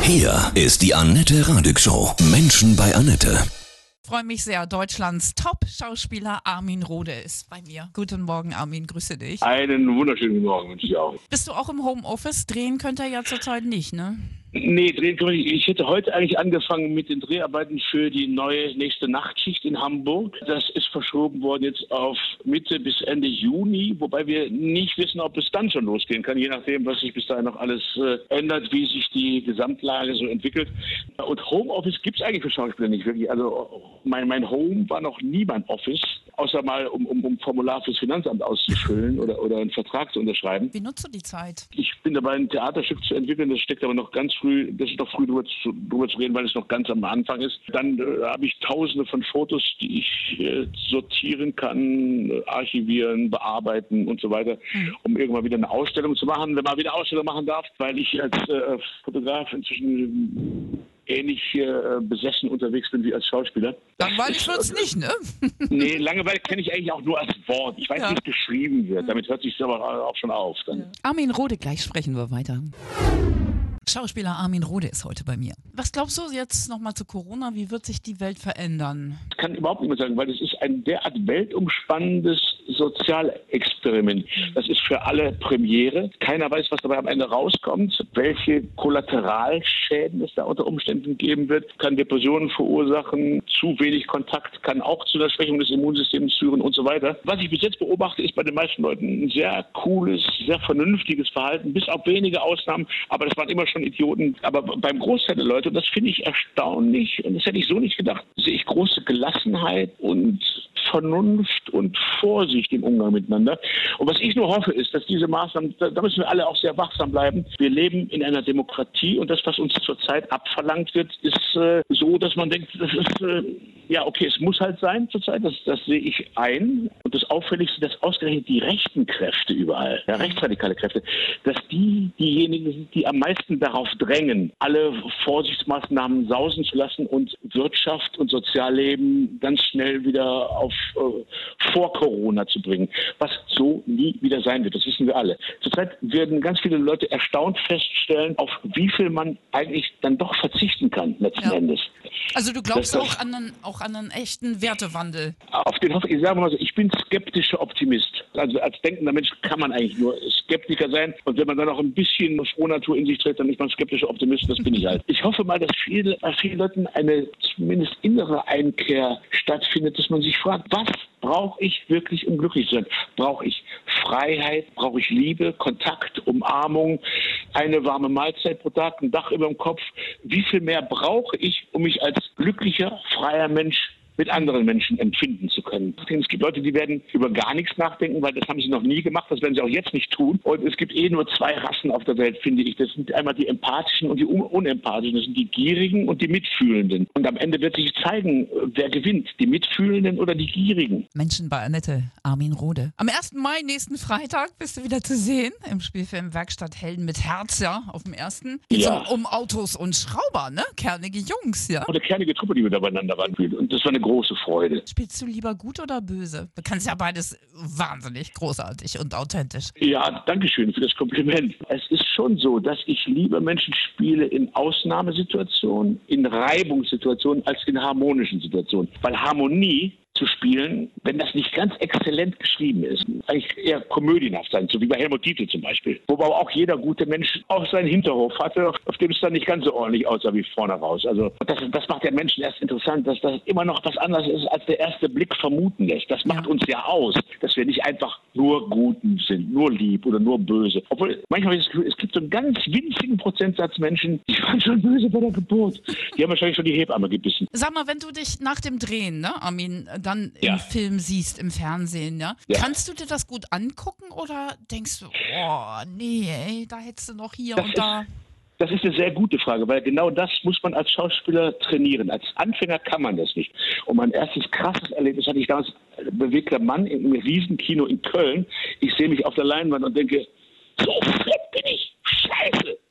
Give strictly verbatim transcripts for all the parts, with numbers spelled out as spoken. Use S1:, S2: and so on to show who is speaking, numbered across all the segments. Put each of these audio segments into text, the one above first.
S1: Hier ist die Annette Radig Show. Menschen bei Annette.
S2: Ich freue mich sehr. Deutschlands Top-Schauspieler Armin Rohde ist bei mir. Guten Morgen, Armin. Grüße dich.
S3: Einen wunderschönen guten Morgen wünsche ich auch.
S2: Bist du auch im Homeoffice? Drehen könnt ihr ja zurzeit nicht, ne?
S3: Nee, drehen können wir nicht. Ich hätte heute eigentlich angefangen mit den Dreharbeiten für die neue nächste Nachtschicht in Hamburg. Das ist verschoben worden jetzt auf Mitte bis Ende Juni, wobei wir nicht wissen, ob es dann schon losgehen kann, je nachdem, was sich bis dahin noch alles äh, ändert, wie sich die Gesamtlage so entwickelt. Und Homeoffice gibt es eigentlich für Schauspieler nicht wirklich. Also mein, mein Home war noch nie mein Office, außer mal um, um, um Formular fürs Finanzamt auszufüllen oder, oder einen Vertrag zu unterschreiben.
S2: Wie nutzt du die Zeit?
S3: Ich bin dabei, ein Theaterstück zu entwickeln, das steckt aber noch ganz früh, das ist noch früh drüber zu, drüber zu reden, weil es noch ganz am Anfang ist. Dann äh, habe ich tausende von Fotos, die ich äh, sortieren kann, äh, archivieren, bearbeiten und so weiter, mhm. um irgendwann wieder eine Ausstellung zu machen, wenn man wieder Ausstellung machen darf, weil ich als äh, Fotograf inzwischen ähnlich äh, besessen unterwegs bin wie als Schauspieler.
S2: Langweilig wird's
S3: äh,
S2: nicht, ne?
S3: Nee, Langeweile kenne ich eigentlich auch nur als Wort. Ich weiß,
S2: Ja.
S3: wie es geschrieben wird. Damit hört sich aber auch schon auf. Dann.
S2: Ja. Armin Rohde, gleich sprechen wir weiter. Schauspieler Armin Rohde ist heute bei mir. Was glaubst du jetzt nochmal zu Corona? Wie wird sich die Welt verändern?
S3: Ich kann überhaupt nicht mehr sagen, weil es ist ein derart weltumspannendes Sozialexperiment. Das ist für alle Premiere. Keiner weiß, was dabei am Ende rauskommt, welche Kollateralschäden es da unter Umständen geben wird. Kann Depressionen verursachen, zu wenig Kontakt kann auch zu einer Schwächung des Immunsystems führen und so weiter. Was ich bis jetzt beobachte, ist bei den meisten Leuten ein sehr cooles, sehr vernünftiges Verhalten, bis auf wenige Ausnahmen, aber das waren immer schon Idioten. Aber beim Großteil der Leute, und das finde ich erstaunlich, und das hätte ich so nicht gedacht, sehe ich große Gelassenheit und Vernunft und Vorsicht im Umgang miteinander. Und was ich nur hoffe, ist, dass diese Maßnahmen, da müssen wir alle auch sehr wachsam bleiben. Wir leben in einer Demokratie und das, was uns zurzeit abverlangt wird, ist äh, so, dass man denkt, das ist, äh, ja okay, es muss halt sein zurzeit, das, das sehe ich ein. Und das Auffälligste, dass ausgerechnet die rechten Kräfte überall, ja, rechtsradikale Kräfte, dass die diejenigen sind, die am meisten darauf drängen, alle Vorsichtsmaßnahmen sausen zu lassen und Wirtschaft und Sozialleben ganz schnell wieder auf äh, vor Corona zu bringen, was so nie wieder sein wird. Das wissen wir alle. Zurzeit werden ganz viele Leute erstaunt feststellen, auf wie viel man eigentlich dann doch verzichten kann, letzten
S2: Ja.
S3: Endes.
S2: Also du glaubst
S3: Das-
S2: auch an einen, auch an einen echten Wertewandel?
S3: Auf den hoffe ich, sagen wir mal so, ich bin skeptischer Optimist. Also als denkender Mensch kann man eigentlich nur Skeptiker sein. Und wenn man dann auch ein bisschen Frohnatur in sich trägt, dann ist man skeptischer Optimist. Das bin ich halt. Ich hoffe mal, dass viele, bei vielen Leuten eine zumindest innere Einkehr stattfindet, dass man sich fragt, was brauche ich wirklich, um glücklich zu sein? Brauche ich Freiheit? Brauche ich Liebe, Kontakt, Umarmung, eine warme Mahlzeit pro Tag, ein Dach über dem Kopf? Wie viel mehr brauche ich, um mich als glücklicher, freier Mensch mit anderen Menschen empfinden zu können? Es gibt Leute, die werden über gar nichts nachdenken, weil das haben sie noch nie gemacht, das werden sie auch jetzt nicht tun. Und es gibt eh nur zwei Rassen auf der Welt, finde ich. Das sind einmal die Empathischen und die Un- Unempathischen. Das sind die Gierigen und die Mitfühlenden. Und am Ende wird sich zeigen, wer gewinnt, die Mitfühlenden oder die Gierigen.
S2: Menschen bei Annette, Armin Rohde. Am ersten Mai, nächsten Freitag, bist du wieder zu sehen im Spielfilm Werkstatt Helden mit Herz, ja, auf dem ersten. Geht's
S3: Ja.
S2: um, um Autos und Schrauber, ne? Kernige Jungs, ja.
S3: Und eine kernige Truppe, die wir da beieinander waren. Und das war eine große Freude.
S2: Spielst du lieber gut oder böse? Du kannst ja beides wahnsinnig großartig und authentisch.
S3: Ja, danke schön für das Kompliment. Es ist schon so, dass ich lieber Menschen spiele in Ausnahmesituationen, in Reibungssituationen, als in harmonischen Situationen. Weil Harmonie zu spielen, wenn das nicht ganz exzellent geschrieben ist, eigentlich eher komödienhaft sein, so wie bei Helmut Dietl zum Beispiel. Wobei auch jeder gute Mensch auch seinen Hinterhof hatte, auf dem es dann nicht ganz so ordentlich aussah wie vorne raus. Also das, das macht den Menschen erst interessant, dass das immer noch was anderes ist, als der erste Blick vermuten lässt. Das macht
S2: Ja.
S3: uns ja aus, dass wir nicht einfach nur Guten sind, nur lieb oder nur böse. Obwohl manchmal habe ich das Gefühl, es gibt so einen ganz winzigen Prozentsatz Menschen, die waren schon böse bei der Geburt. Die haben wahrscheinlich schon die Hebamme gebissen.
S2: Sag mal, wenn du dich nach dem Drehen, ne, Armin, dann
S3: Ja.
S2: im Film siehst, im Fernsehen, ja,
S3: Ja.
S2: kannst du dir das gut angucken oder denkst du, oh, nee, ey, da hättest du noch hier
S3: Das
S2: und
S3: ist-
S2: da.
S3: Das ist eine sehr gute Frage, weil genau das muss man als Schauspieler trainieren. Als Anfänger kann man das nicht. Und mein erstes krasses Erlebnis hatte ich damals, bewegter Mann im Riesenkino in Köln. Ich sehe mich auf der Leinwand und denke, so fett bin ich, scheiße.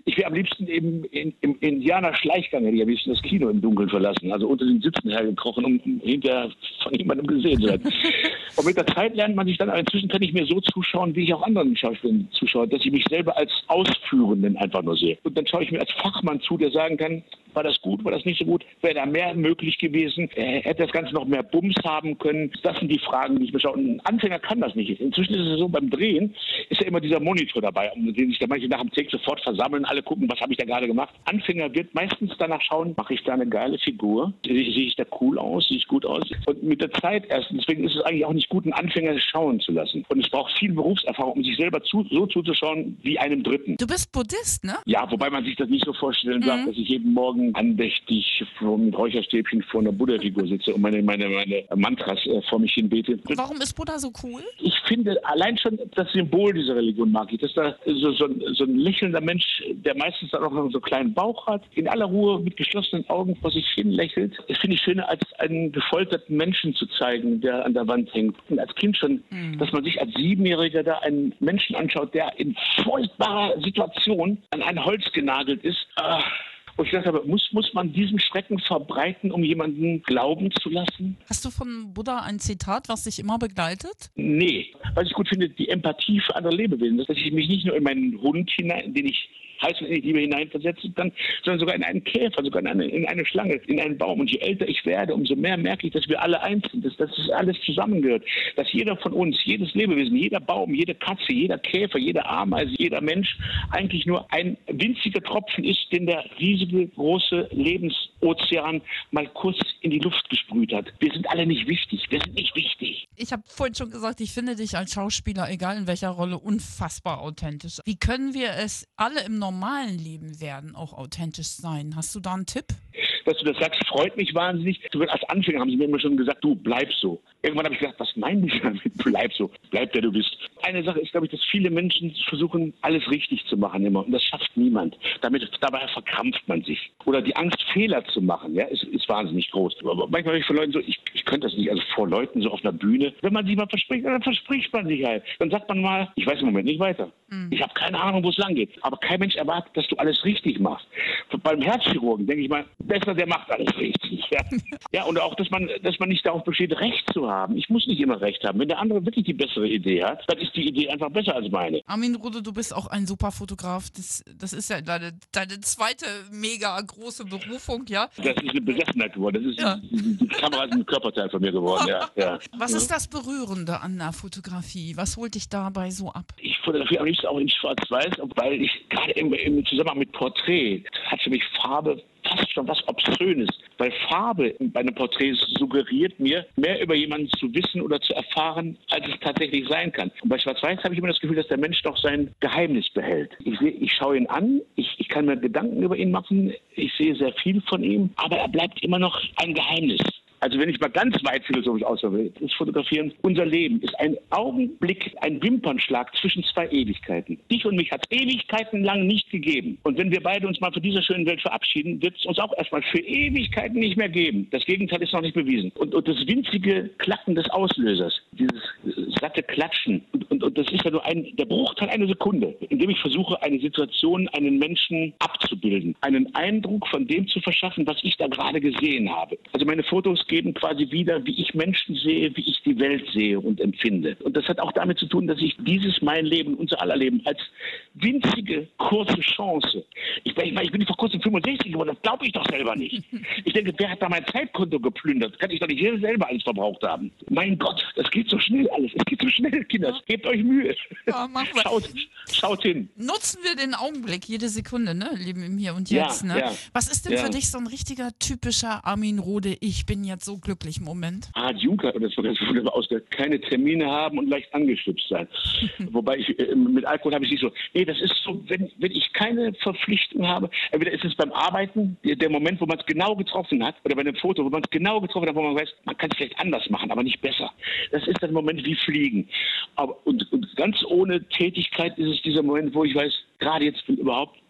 S3: Ich wäre am liebsten im, im, im Indianer-Schleichgang, hätte ich am liebsten das Kino im Dunkeln verlassen, also unter den Sitzen hergekrochen, um, um hinterher von jemandem gesehen zu werden. Und mit der Zeit lernt man sich dann, inzwischen kann ich mir so zuschauen, wie ich auch anderen Schauspielern zuschaue, dass ich mich selber als Ausführenden einfach nur sehe. Und dann schaue ich mir als Fachmann zu, der sagen kann, war das gut, war das nicht so gut, wäre da mehr möglich gewesen, äh, hätte das Ganze noch mehr Bums haben können. Das sind die Fragen, die ich mir schaue. Und ein Anfänger kann das nicht. Inzwischen ist es so, beim Drehen ist ja immer dieser Monitor dabei, um den sich da manche nach dem Take sofort versammeln, alle gucken, was habe ich da gerade gemacht. Anfänger wird meistens danach schauen, mache ich da eine geile Figur, sehe ich da cool aus, sehe ich gut aus. Und mit der Zeit erst, deswegen ist es eigentlich auch nicht gut, einen Anfänger schauen zu lassen. Und es braucht viel Berufserfahrung, um sich selber zu, so zuzuschauen wie einem Dritten.
S2: Du bist Buddhist, ne?
S3: Ja, wobei man sich das nicht so vorstellen darf,
S2: Mhm.
S3: dass ich jeden Morgen andächtig mit Räucherstäbchen vor einer Buddha-Figur sitze und meine, meine, meine Mantras äh, vor mich hin bete.
S2: Warum ist Buddha so cool?
S3: Ich finde allein schon das Symbol dieser Religion mag ich, dass da so, so, ein, so ein lächelnder Mensch, der meistens dann auch noch so einen kleinen Bauch hat, in aller Ruhe mit geschlossenen Augen vor sich hin lächelt. Das finde ich schöner, als einen gefolterten Menschen zu zeigen, der an der Wand hängt. Und als Kind schon, mhm. dass man sich als Siebenjähriger da einen Menschen anschaut, der in furchtbarer Situation an ein Holz genagelt ist. Ah. Und ich dachte aber, muss, muss man diesen Schrecken verbreiten, um jemanden glauben zu lassen?
S2: Hast du von Buddha ein Zitat, was dich immer begleitet?
S3: Nee. Was ich gut finde, die Empathie für andere Lebewesen. Dass ich mich nicht nur in meinen Hund hinein, den ich heiß und innig lieber hineinversetzen kann, sondern sogar in einen Käfer, sogar in eine, in eine Schlange, in einen Baum. Und je älter ich werde, umso mehr merke ich, dass wir alle eins sind, dass, dass das alles zusammengehört. Dass jeder von uns, jedes Lebewesen, jeder Baum, jede Katze, jeder Käfer, jede Ameise, jeder Mensch eigentlich nur ein winziger Tropfen ist, den der riesige, große Lebensozean mal kurz in die Luft gesprüht hat. Wir sind alle nicht wichtig. Wir sind nicht wichtig.
S2: Ich habe vorhin schon gesagt, ich finde dich als Schauspieler, egal in welcher Rolle, unfassbar authentisch. Wie können wir es alle im normalen Leben werden, auch authentisch sein? Hast du da einen Tipp?
S3: Dass du das sagst, freut mich wahnsinnig. Als Anfänger haben sie mir immer schon gesagt, du bleib so. Irgendwann habe ich gedacht, was meinen die damit? Bleib so, bleib der du bist. Eine Sache ist, glaube ich, dass viele Menschen versuchen, alles richtig zu machen immer. Und das schafft niemand. Damit, dabei verkrampft man sich. Oder die Angst, Fehler zu machen, ja, ist, ist wahnsinnig groß. Aber manchmal höre ich von Leuten so, ich, ich könnte das nicht, also vor Leuten so auf einer Bühne. Wenn man sich mal verspricht, dann verspricht man sich halt. Dann sagt man mal, ich weiß im Moment nicht weiter. Mhm. Ich habe keine Ahnung, wo es lang geht. Aber kein Mensch erwartet, dass du alles richtig machst. Beim Herzchirurgen denke ich mal, besser, der macht alles richtig. Ja, ja, und auch, dass man, dass man nicht darauf besteht, Recht zu haben. Ich muss nicht immer Recht haben. Wenn der andere wirklich die bessere Idee hat, dann ist die Idee einfach besser als meine.
S2: Armin Rohde, du bist auch ein super Fotograf. Das, das ist ja deine, deine zweite mega große Berufung, ja?
S3: Das ist eine Besessenheit geworden. Das ist,
S2: ja.
S3: die, die Kamera ist ein Körperteil von mir geworden, ja. ja.
S2: Was ist das Berührende an der Fotografie? Was holt dich dabei so ab?
S3: Ich fotografiere am liebsten auch in Schwarz-Weiß, weil ich gerade im, im Zusammenhang mit Porträt hat für mich Farbe fast schon was Obszönes, weil Farbe bei einem Porträt suggeriert mir, mehr über jemanden zu wissen oder zu erfahren, als es tatsächlich sein kann. Und bei Schwarz-Weiß habe ich immer das Gefühl, dass der Mensch doch sein Geheimnis behält. Ich, seh, ich schaue ihn an, ich, ich kann mir Gedanken über ihn machen, ich sehe sehr viel von ihm, aber er bleibt immer noch ein Geheimnis. Also wenn ich mal ganz weit philosophisch ausdrücke, das Fotografieren, unser Leben ist ein Augenblick, ein Wimpernschlag zwischen zwei Ewigkeiten. Dich und mich hat es Ewigkeiten lang nicht gegeben. Und wenn wir beide uns mal von dieser schönen Welt verabschieden, wird es uns auch erstmal für Ewigkeiten nicht mehr geben. Das Gegenteil ist noch nicht bewiesen. Und, und das winzige Klacken des Auslösers, dieses satte Klatschen, und, und, und das ist ja nur ein, der Bruchteil einer Sekunde, in dem ich versuche, eine Situation, einen Menschen abzubilden, einen Eindruck von dem zu verschaffen, was ich da gerade gesehen habe. Also meine Fotos geben quasi wieder, wie ich Menschen sehe, wie ich die Welt sehe und empfinde. Und das hat auch damit zu tun, dass ich dieses mein Leben, unser aller Leben, als winzige, kurze Chance, ich, ich, ich bin vor kurzem fünfundsechzig geworden, das glaube ich doch selber nicht. Ich denke, wer hat da mein Zeitkonto geplündert? Das kann ich doch nicht selber alles verbraucht haben. Mein Gott, das geht so schnell alles. Es geht so schnell, Kinder. Ja. Gebt euch Mühe.
S2: Ja,
S3: schaut, schaut hin.
S2: Nutzen wir den Augenblick, jede Sekunde, ne? Leben im Hier und Jetzt.
S3: Ja,
S2: ne?
S3: ja.
S2: Was ist denn
S3: ja.
S2: für dich so ein richtiger, typischer Armin Rohde, ich bin jetzt so glücklich Moment?
S3: Ah, Juncker, das wurde ausgehört, keine Termine haben und leicht angeschwipst sein. Wobei ich, mit Alkohol habe ich nicht so, nee, das ist so, wenn, wenn ich keine Verpflichtung habe, entweder ist es beim Arbeiten der, der Moment, wo man es genau getroffen hat, oder bei einem Foto, wo man es genau getroffen hat, wo man weiß, man kann es vielleicht anders machen, aber nicht besser. Das ist der Moment wie Fliegen. Aber, und, und ganz ohne Tätigkeit ist es dieser Moment, wo ich weiß, gerade jetzt bin überhaupt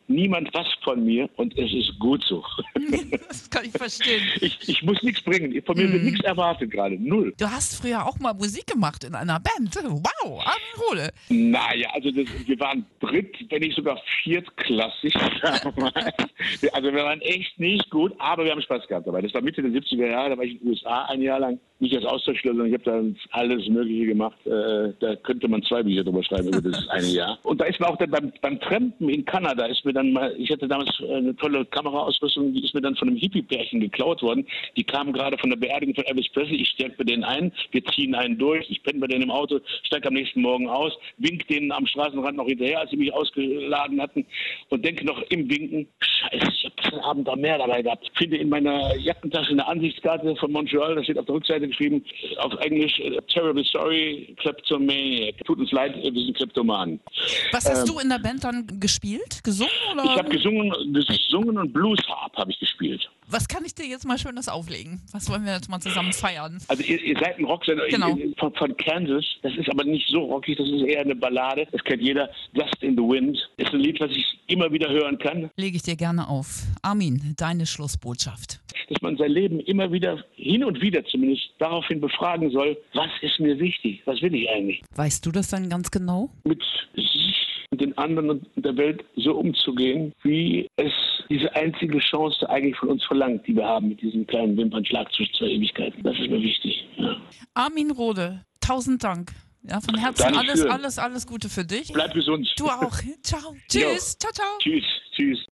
S3: niemand was von mir und es ist gut so.
S2: Das kann ich verstehen.
S3: Ich, ich muss nichts bringen. Von mir mm. wird nichts erwartet gerade. Null.
S2: Du hast früher auch mal Musik gemacht in einer Band. Wow, Armin Rohde.
S3: Naja, also das, wir waren dritt, wenn nicht sogar viertklassig. Also wir waren echt nicht gut, aber wir haben Spaß gehabt dabei. Das war Mitte der siebziger Jahre, da war ich in den U S A ein Jahr lang. Nicht als Austauschschüler, sondern ich habe da alles Mögliche gemacht. Äh, da könnte man zwei Bücher drüber schreiben über das eine Jahr. Und da ist mir auch dann beim, beim Trampen in Kanada, ist mir dann mal, ich hatte damals eine tolle Kameraausrüstung, die ist mir dann von einem Hippie-Pärchen geklaut worden. Die kamen gerade von der Beerdigung von Elvis Presley. Ich steig bei denen ein, wir ziehen einen durch, ich penne bei denen im Auto, steige am nächsten Morgen aus, wink denen am Straßenrand noch hinterher, als sie mich ausgeladen hatten und denke noch im Winken, scheiße, ich habe gestern Abend da mehr dabei gehabt. Ich finde in meiner Jackentasche eine Ansichtskarte von Montreal, da steht auf der Rückseite geschrieben, auf Englisch, terribly sorry, Kleptomaniac. Tut uns leid, wir sind Kleptomanen.
S2: Was hast
S3: ähm,
S2: du in der Band dann gespielt? Gesungen? Oder?
S3: Ich habe gesungen, gesungen und Blues-Harp habe ich gespielt.
S2: Was kann ich dir jetzt mal Schönes auflegen? Was wollen wir jetzt mal zusammen feiern?
S3: Also ihr, ihr seid ein Rocksender
S2: genau.
S3: von, von Kansas. Das ist aber nicht so rockig, das ist eher eine Ballade. Das kennt jeder. Dust in the Wind ist ein Lied, was ich immer wieder hören kann.
S2: Lege ich dir gerne auf. Armin, deine Schlussbotschaft.
S3: Dass man sein Leben immer wieder, hin und wieder zumindest, daraufhin befragen soll, was ist mir wichtig? Was will ich eigentlich?
S2: Weißt du das dann ganz genau?
S3: Mit sich und den anderen und der Welt so umzugehen, wie es diese einzige Chance eigentlich von uns verlangt, die wir haben mit diesem kleinen Wimpernschlag zwischen zwei Ewigkeiten. Das ist mir wichtig. Ja.
S2: Armin Rohde, tausend Dank. Ja, von Herzen alles, alles, alles Gute für dich.
S3: Bleib gesund.
S2: Du auch. Ciao. Tschüss. Jo. Ciao, ciao.
S3: Tschüss. Tschüss.